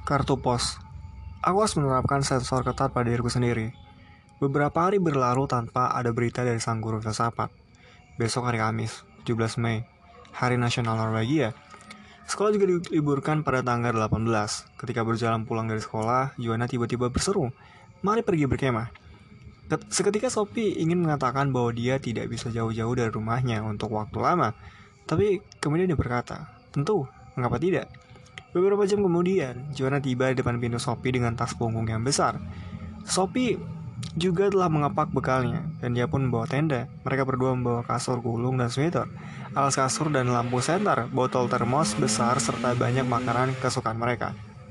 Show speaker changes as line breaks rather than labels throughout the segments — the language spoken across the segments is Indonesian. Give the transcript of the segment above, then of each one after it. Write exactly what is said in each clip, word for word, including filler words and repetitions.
Kartu pos. Aku harus menerapkan sensor ketat pada diriku sendiri. Beberapa hari berlalu tanpa ada berita dari sang guru filsafat. Besok hari Kamis, tujuh belas Mei, Hari Nasional Norwegia. Sekolah juga diliburkan pada tanggal delapan belas. Ketika berjalan pulang dari sekolah, Joanna tiba-tiba berseru, "Mari pergi berkemah." Seketika Sophie ingin mengatakan bahwa dia tidak bisa jauh-jauh dari rumahnya untuk waktu lama. Tapi kemudian dia berkata, "Tentu, mengapa tidak?" Beberapa jam kemudian, Joanna tiba di depan pintu Sophie dengan tas punggung yang besar. Sophie juga telah mengepak bekalnya, dan dia pun membawa tenda. Mereka berdua membawa kasur gulung dan sweater, alas kasur dan lampu senter, botol termos besar, serta banyak makanan kesukaan mereka.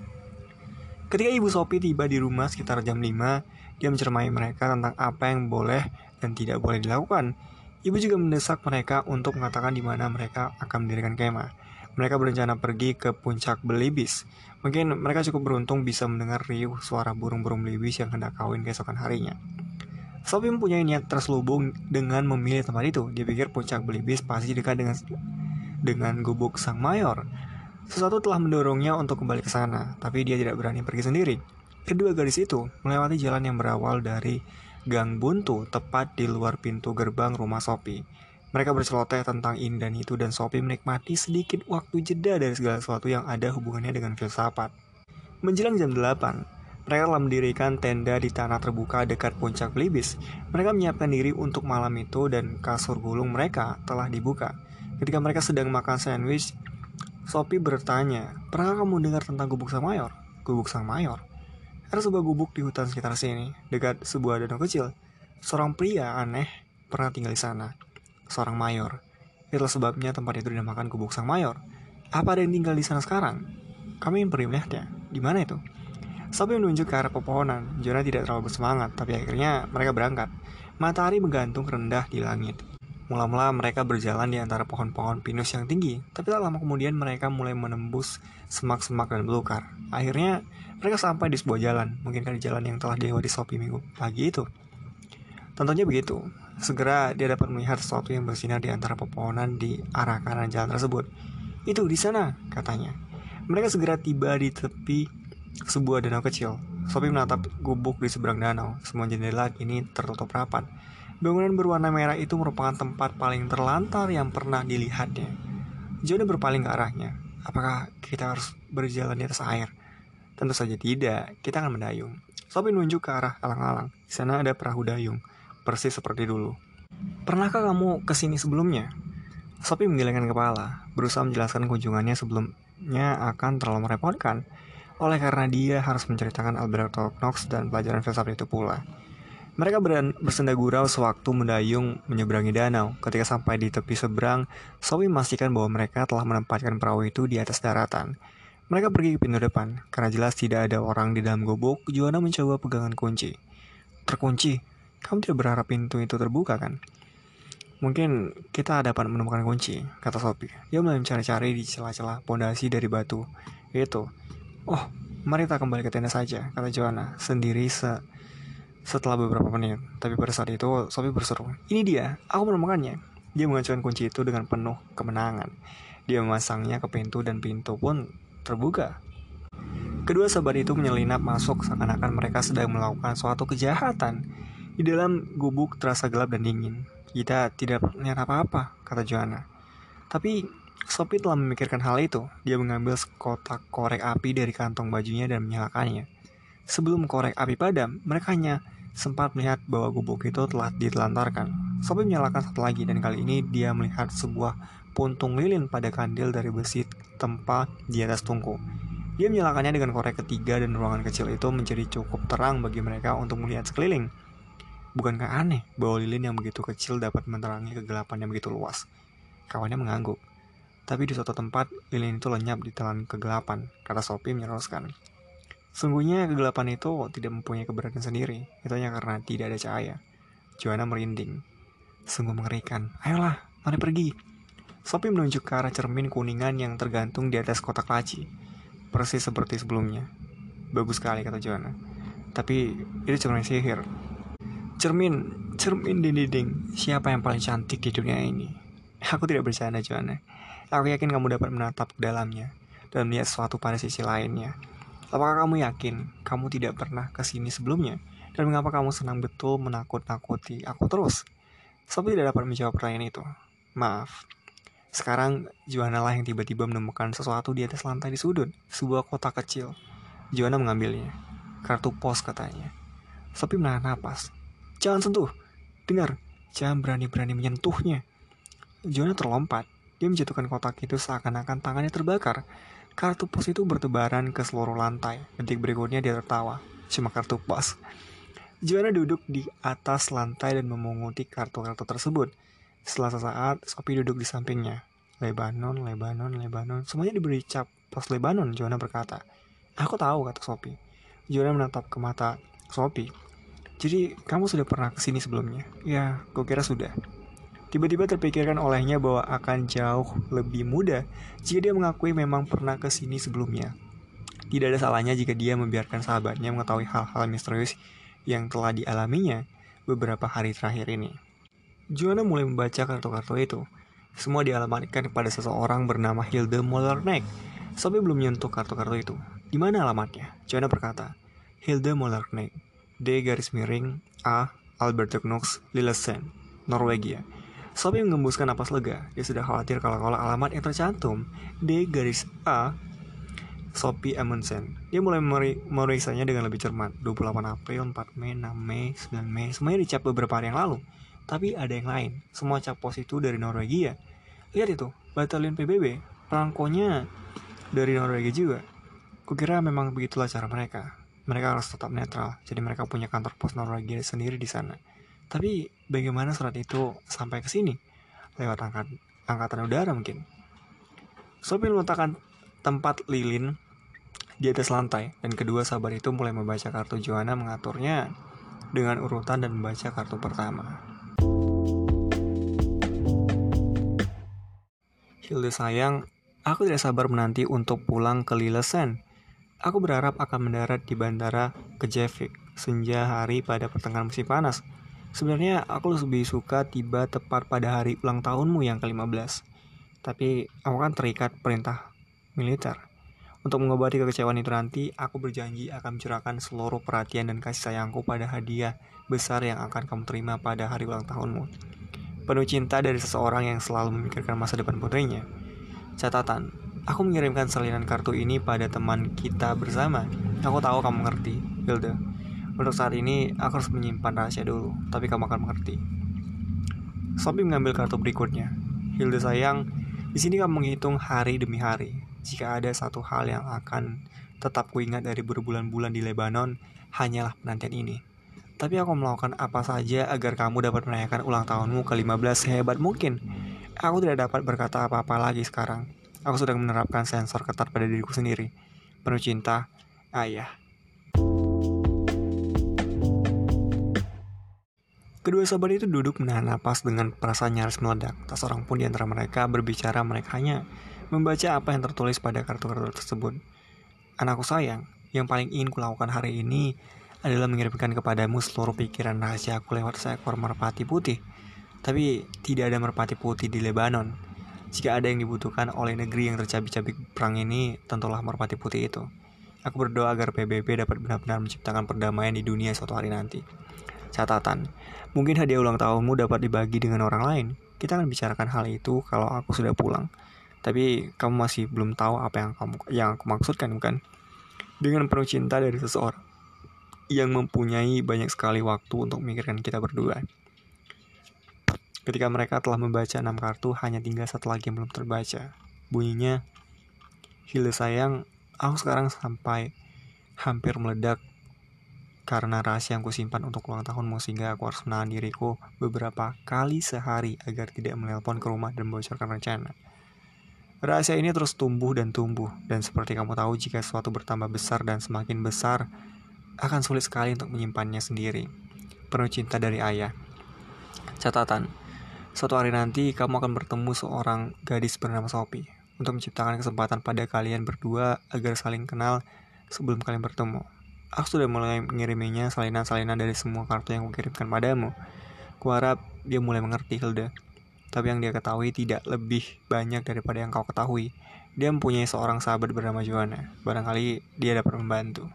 Ketika ibu Sophie tiba di rumah sekitar jam lima, dia mencermai mereka tentang apa yang boleh dan tidak boleh dilakukan. Ibu juga mendesak mereka untuk mengatakan di mana mereka akan mendirikan kemah. Mereka berencana pergi ke puncak belibis. Mungkin mereka cukup beruntung bisa mendengar riuh suara burung-burung belibis yang hendak kawin keesokan harinya. Sophie mempunyai niat terselubung dengan memilih tempat itu. Dia pikir puncak belibis pasti dekat dengan dengan gubuk sang mayor. Sesuatu telah mendorongnya untuk kembali ke sana, tapi dia tidak berani pergi sendiri. Kedua gadis itu melewati jalan yang berawal dari gang buntu tepat di luar pintu gerbang rumah Sophie. Mereka berceloteh tentang ini dan itu, dan Sophie menikmati sedikit waktu jeda dari segala sesuatu yang ada hubungannya dengan filsafat. Menjelang jam delapan, mereka telah mendirikan tenda di tanah terbuka dekat puncak belibis. Mereka menyiapkan diri untuk malam itu dan kasur gulung mereka telah dibuka. Ketika mereka sedang makan sandwich, Sophie bertanya, "Pernah kamu dengar tentang gubuk sang mayor?" "Gubuk sang mayor?" "Ada sebuah gubuk di hutan sekitar sini, dekat sebuah danau kecil. Seorang pria aneh pernah tinggal di sana. Seorang mayor. Itulah sebabnya tempat itu dinamakan gubuk sang mayor." "Apa ada yang tinggal di sana sekarang?" "Kami ingin pergi melihatnya." "Di mana itu?" Sophie menunjuk ke arah pepohonan. Joanna tidak terlalu bersemangat, tapi akhirnya mereka berangkat. Matahari menggantung rendah di langit. Mula-mula mereka berjalan di antara pohon-pohon pinus yang tinggi, tapi tak lama kemudian mereka mulai menembus semak-semak dan belukar. Akhirnya mereka sampai di sebuah jalan, mungkinkah di jalan yang telah dilewati Sophie minggu pagi itu. Tentunya begitu. Segera dia dapat melihat sesuatu yang bersinar di antara pepohonan di arah kanan jalan tersebut. "Itu di sana," katanya. Mereka segera tiba di tepi sebuah danau kecil. Sophie menatap gubuk di seberang danau. Semua jendela kini tertutup rapat. Bangunan berwarna merah itu merupakan tempat paling terlantar yang pernah dilihatnya. Joanna berpaling ke arahnya. "Apakah kita harus berjalan di atas air?" "Tentu saja tidak, kita akan mendayung." Sophie menunjuk ke arah alang-alang. Di sana ada perahu dayung, persis seperti dulu. "Pernahkah kamu ke sini sebelumnya?" Sophie menggelengkan kepala, berusaha menjelaskan kunjungannya sebelumnya akan terlalu merepotkan, oleh karena dia harus menceritakan Alberto Knox dan pelajaran filsafat itu pula. Mereka bersenda gurau sewaktu mendayung menyeberangi danau. Ketika sampai di tepi seberang, Sophie memastikan bahwa mereka telah menempatkan perahu itu di atas daratan. Mereka pergi ke pintu depan. Karena jelas tidak ada orang di dalam gubuk, Joanna mencoba pegangan kunci. "Terkunci? Kamu tidak berharap pintu itu terbuka, kan?" "Mungkin kita dapat menemukan kunci," kata Sophie. Dia mulai mencari-cari di celah-celah pondasi dari batu. "Itu. Oh, mari kita kembali ke tenda saja," kata Joanna sendiri se setelah beberapa menit. Tapi pada saat itu Sophie berseru, "Ini dia, aku menemukannya." Dia mengacukan kunci itu dengan penuh kemenangan. Dia memasangnya ke pintu dan pintu pun terbuka. Kedua sahabat itu menyelinap masuk seakan-akan mereka sedang melakukan suatu kejahatan. Di dalam gubuk terasa gelap dan dingin. "Kita tidak melihat apa-apa," kata Joanna. Tapi Sophie telah memikirkan hal itu. Dia mengambil kotak korek api dari kantong bajunya dan menyalakannya. Sebelum korek api padam, mereka hanya sempat melihat bahwa gubuk itu telah ditelantarkan. Sophie menyalakan satu lagi, dan kali ini dia melihat sebuah puntung lilin pada kandil dari besi tempa di atas tungku. Dia menyalakannya dengan korek ketiga, dan ruangan kecil itu menjadi cukup terang bagi mereka untuk melihat sekeliling. Bukankah aneh bahwa lilin yang begitu kecil dapat menerangi kegelapan yang begitu luas? Kawannya mengangguk. "Tapi di suatu tempat, lilin itu lenyap di telan kegelapan," kata Sophie meneruskan. "Sungguhnya kegelapan itu tidak mempunyai keberadaan sendiri. Itu hanya karena tidak ada cahaya." Joanna merinding. "Sungguh mengerikan. Ayolah, mari pergi." Sophie menunjuk ke arah cermin kuningan yang tergantung di atas kotak laci. "Persis seperti sebelumnya." "Bagus sekali," kata Joanna. "Tapi itu cermin sihir." Cermin, cermin di dinding. Siapa yang paling cantik di dunia ini? Aku tidak bercanda, Joanna. Aku yakin kamu dapat menatap ke dalamnya dan melihat sesuatu pada sisi lainnya. Apakah kamu yakin kamu tidak pernah kesini sebelumnya? Dan mengapa kamu senang betul menakut-nakuti aku terus? Sophie tidak dapat menjawab pertanyaan itu. Maaf. Sekarang Joanna lah yang tiba-tiba menemukan sesuatu di atas lantai di sudut, sebuah kotak kecil. Joanna mengambilnya. Kartu pos katanya. Sophie menahan napas. Jangan sentuh. Dengar, jangan berani-berani menyentuhnya. Joanna terlompat. Dia menjatuhkan kotak itu seakan-akan tangannya terbakar. Kartu pos itu bertebaran ke seluruh lantai. Detik berikutnya dia tertawa. Cuma kartu pos. Joanna duduk di atas lantai dan memunguti kartu-kartu tersebut. Setelah sesaat, Sophie duduk di sampingnya. Lebanon, Lebanon, Lebanon. Semuanya diberi cap pos Lebanon, Joanna berkata. Aku tahu, kata Sophie. Joanna menatap ke mata Sophie. Jadi, kamu sudah pernah kesini sebelumnya? Ya, kukira sudah. Tiba-tiba terpikirkan olehnya bahwa akan jauh lebih mudah jika dia mengakui memang pernah kesini sebelumnya. Tidak ada salahnya jika dia membiarkan sahabatnya mengetahui hal-hal misterius yang telah dialaminya beberapa hari terakhir ini. Joanna mulai membaca kartu-kartu itu. Semua dialamatkan kepada seseorang bernama Hilde Mollerneck. Sophie belum menyentuh kartu-kartu itu. Di mana alamatnya? Joanna berkata, Hilde Mollerneck, D garis miring A Alberta Knox, Lillesen, Norwegia. Sophie mengembuskan napas lega. Dia sudah khawatir kalau-kalau alamat yang tercantum D garis A Sophie Amundsen. Dia mulai memeriksanya dengan lebih cermat. dua puluh delapan April, empat Mei, enam Mei, sembilan Mei. Semuanya dicap beberapa hari yang lalu. Tapi ada yang lain. Semua cap pos itu dari Norwegia. Lihat itu, batalion P B B. Perangkonya dari Norwegia juga. Kukira memang begitulah cara mereka. Mereka harus tetap netral. Jadi mereka punya kantor pos Norwegia sendiri di sana. Tapi bagaimana surat itu sampai ke sini? Lewat angkat, angkatan udara mungkin. Sophie meletakkan tempat lilin di atas lantai, dan kedua sahabat itu mulai membaca kartu. Joanna mengaturnya dengan urutan dan membaca kartu pertama. Hilde sayang, aku tidak sabar menanti untuk pulang ke Lillesen. Aku berharap akan mendarat di bandara Keflavik senja hari pada pertengahan musim panas. Sebenarnya aku lebih suka tiba tepat pada hari ulang tahunmu yang ke lima belas. Tapi aku kan terikat perintah militer. Untuk mengobati kekecewaan itu nanti, aku berjanji akan mencurahkan seluruh perhatian dan kasih sayangku pada hadiah besar yang akan kamu terima pada hari ulang tahunmu. Penuh cinta dari seseorang yang selalu memikirkan masa depan putrinya. Catatan, aku mengirimkan salinan kartu ini pada teman kita bersama. Aku tahu kamu mengerti, Hilde. Untuk saat ini, aku harus menyimpan rahasia dulu, tapi kamu akan mengerti. Sophie mengambil kartu berikutnya. Hilde sayang, di sini kamu menghitung hari demi hari. Jika ada satu hal yang akan tetap kuingat dari berbulan-bulan di Lebanon, hanyalah penantian ini. Tapi aku melakukan apa saja agar kamu dapat merayakan ulang tahunmu ke lima belas sehebat mungkin. Aku tidak dapat berkata apa-apa lagi sekarang. Aku sedang menerapkan sensor ketat pada diriku sendiri. Penuh cinta, Ayah. Kedua sahabat itu duduk menahan napas dengan perasaan nyaris meledak. Tak seorang pun di antara mereka berbicara, mereka hanya membaca apa yang tertulis pada kartu-kartu tersebut. Anakku sayang, yang paling ingin kulakukan hari ini adalah mengirimkan kepadamu seluruh pikiran rahasia aku lewat seekor merpati putih. Tapi tidak ada merpati putih di Lebanon. Jika ada yang dibutuhkan oleh negeri yang tercabik-cabik perang ini, tentulah merpati putih itu. Aku berdoa agar P B B dapat benar-benar menciptakan perdamaian di dunia suatu hari nanti. Catatan, mungkin hadiah ulang tahunmu dapat dibagi dengan orang lain. Kita akan bicarakan hal itu kalau aku sudah pulang. Tapi kamu masih belum tahu apa yang kamu yang aku maksudkan, bukan? Dengan penuh cinta dari seseorang yang mempunyai banyak sekali waktu untuk memikirkan kita berdua. Ketika mereka telah membaca enam kartu, hanya tinggal satu lagi yang belum terbaca. Bunyinya, Hilde sayang, aku sekarang sampai hampir meledak karena rahasia yang kusimpan untuk ulang tahunmu, sehingga aku harus menahan diriku beberapa kali sehari agar tidak menelpon ke rumah dan membocorkan rencana. Rahasia ini terus tumbuh dan tumbuh, dan seperti kamu tahu, jika sesuatu bertambah besar dan semakin besar, akan sulit sekali untuk menyimpannya sendiri. Penuh cinta dari Ayah. Catatan, suatu hari nanti kamu akan bertemu seorang gadis bernama Sophie untuk menciptakan kesempatan pada kalian berdua agar saling kenal sebelum kalian bertemu. Aku sudah mulai mengiriminya salinan-salinan dari semua kartu yang kukirimkan padamu. Kuharap dia mulai mengerti, Hilde. Tapi yang dia ketahui tidak lebih banyak daripada yang kau ketahui. Dia mempunyai seorang sahabat bernama Joanna. Barangkali dia dapat membantu.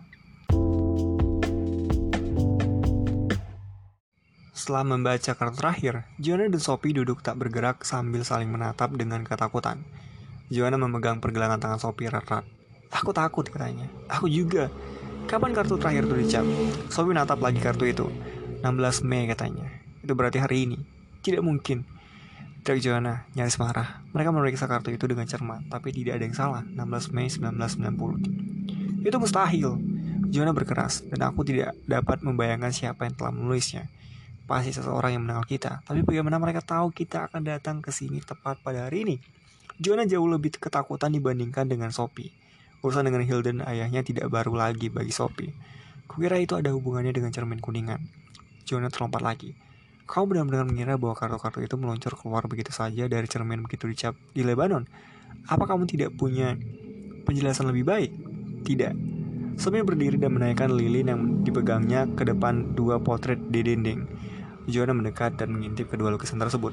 Setelah membaca kartu terakhir, Joanna dan Sophie duduk tak bergerak sambil saling menatap dengan ketakutan. Joanna memegang pergelangan tangan Sophie erat-erat. "Aku takut," katanya. "Aku juga. Kapan kartu terakhir itu dicap?" Sophie menatap lagi kartu itu. enam belas Mei katanya. "Itu berarti hari ini." "Tidak mungkin," teriak Joanna nyaris marah. Mereka memeriksa kartu itu dengan cermat, tapi tidak ada yang salah. enam belas Mei seribu sembilan ratus sembilan puluh. "Itu mustahil," Joanna berkeras, "dan aku tidak dapat membayangkan siapa yang telah menulisnya. Pasti seseorang yang mengenal kita. Tapi bagaimana mereka tahu kita akan datang ke sini tepat pada hari ini?" Joanna jauh lebih ketakutan dibandingkan dengan Sophie. Urusan dengan Hilden ayahnya tidak baru lagi bagi Sophie. "Kukira itu ada hubungannya dengan cermin kuningan." Joanna terlompat lagi. "Kamu benar-benar mengira bahwa kartu-kartu itu meluncur keluar begitu saja dari cermin begitu dicap di Lebanon? Apa kamu tidak punya penjelasan lebih baik?" "Tidak." Sophie berdiri dan menaikkan lilin yang dipegangnya ke depan dua potret di dinding. Joanna mendekat dan mengintip kedua lukisan tersebut.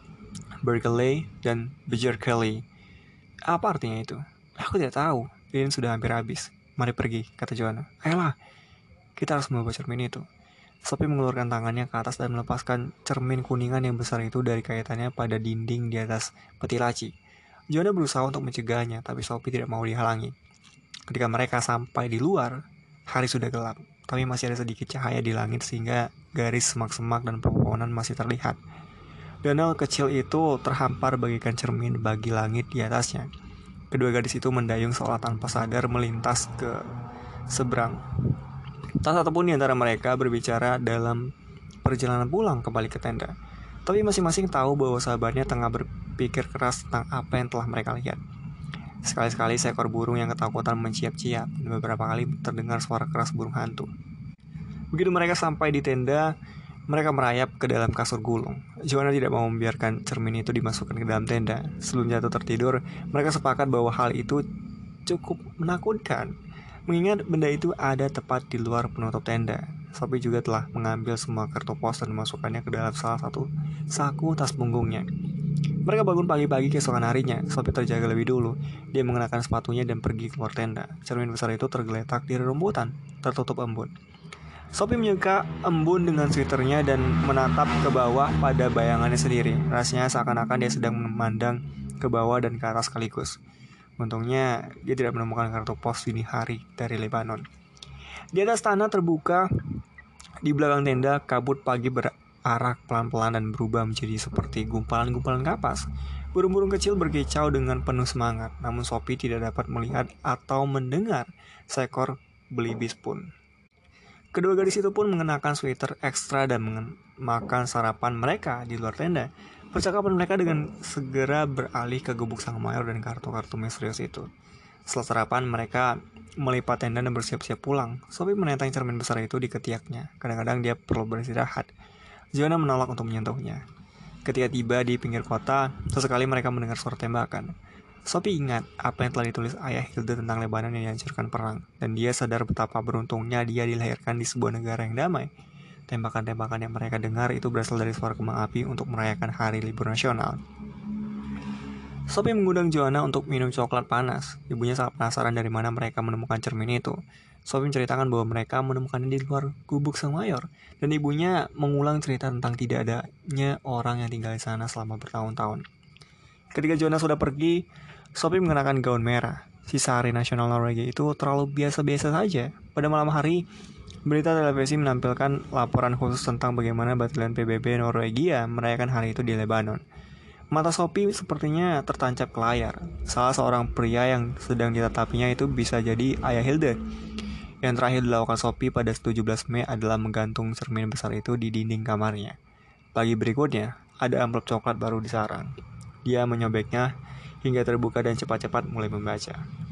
Berkeley dan Bejerkeley. "Apa artinya itu?" "Aku tidak tahu. Lilin sudah hampir habis. Mari pergi," kata Joanna. "Ayolah, kita harus membawa cermin itu." Sophie mengeluarkan tangannya ke atas dan melepaskan cermin kuningan yang besar itu dari kaitannya pada dinding di atas peti laci. Joanna berusaha untuk mencegahnya, tapi Sophie tidak mau dihalangi. Ketika mereka sampai di luar, hari sudah gelap, tapi masih ada sedikit cahaya di langit sehingga garis semak-semak dan pepohonan masih terlihat. Danau kecil itu terhampar bagaikan cermin bagi langit di atasnya. Kedua gadis itu mendayung seolah tanpa sadar melintas ke seberang. Tak satupun di antara mereka berbicara dalam perjalanan pulang kembali ke tenda. Tapi masing-masing tahu bahwa sahabatnya tengah berpikir keras tentang apa yang telah mereka lihat. Sekali-sekali seekor burung yang ketakutan menciap-ciap, dan beberapa kali terdengar suara keras burung hantu. Begitu mereka sampai di tenda, mereka merayap ke dalam kasur gulung. Joanna tidak mau membiarkan cermin itu dimasukkan ke dalam tenda. Sebelum jatuh tertidur, mereka sepakat bahwa hal itu cukup menakutkan, mengingat benda itu ada tepat di luar penutup tenda. Sophie juga telah mengambil semua kartu pos dan memasukkannya ke dalam salah satu saku tas punggungnya. Mereka bangun pagi-pagi keesokan harinya. Sophie terjaga lebih dulu. Dia mengenakan sepatunya dan pergi keluar tenda. Cermin besar itu tergeletak di rumputan, tertutup embun. Sophie menyeka embun dengan switernya dan menatap ke bawah pada bayangannya sendiri. Rasanya seakan-akan dia sedang memandang ke bawah dan ke atas sekaligus. Untungnya, dia tidak menemukan kartu pos dini hari dari Lebanon. Di atas tanah terbuka di belakang tenda, kabut pagi berarak pelan-pelan dan berubah menjadi seperti gumpalan-gumpalan kapas. Burung-burung kecil berkicau dengan penuh semangat, namun Sophie tidak dapat melihat atau mendengar seekor belibis pun. Kedua gadis itu pun mengenakan sweater ekstra dan makan sarapan mereka di luar tenda. Percakapan mereka dengan segera beralih ke gubuk sang mayor dan kartu-kartu misterius itu. Setelah sarapan, mereka melipat tenda dan bersiap-siap pulang. Sophie menentang cermin besar itu di ketiaknya. Kadang-kadang dia perlu beristirahat. Joanna menolak untuk menyentuhnya. Ketika tiba di pinggir kota, sesekali mereka mendengar suara tembakan. Sophie ingat apa yang telah ditulis ayah Hilde tentang Lebanon yang dihancurkan perang, dan dia sadar betapa beruntungnya dia dilahirkan di sebuah negara yang damai. Tembakan-tembakan yang mereka dengar itu berasal dari suara kembang api untuk merayakan hari libur nasional. Sophie mengundang Joanna untuk minum coklat panas. Ibunya sangat penasaran dari mana mereka menemukan cermin itu. Sophie menceritakan bahwa mereka menemukannya di luar gubuk sang mayor, dan ibunya mengulang cerita tentang tidak adanya orang yang tinggal di sana selama bertahun-tahun. Ketika Joanna sudah pergi, Sophie mengenakan gaun merah. Sisa hari nasional Norwegia itu terlalu biasa-biasa saja. Pada malam hari, berita televisi menampilkan laporan khusus tentang bagaimana batalion P B B Norwegia merayakan hari itu di Lebanon. Mata Sophie sepertinya tertancap ke layar. Salah seorang pria yang sedang ditatapinya itu bisa jadi ayah Hilde. Yang terakhir dilakukan Sophie pada tujuh belas Mei adalah menggantung cermin besar itu di dinding kamarnya. Pagi berikutnya, ada amplop coklat baru di sarang. Dia menyobeknya hingga terbuka dan cepat-cepat mulai membaca.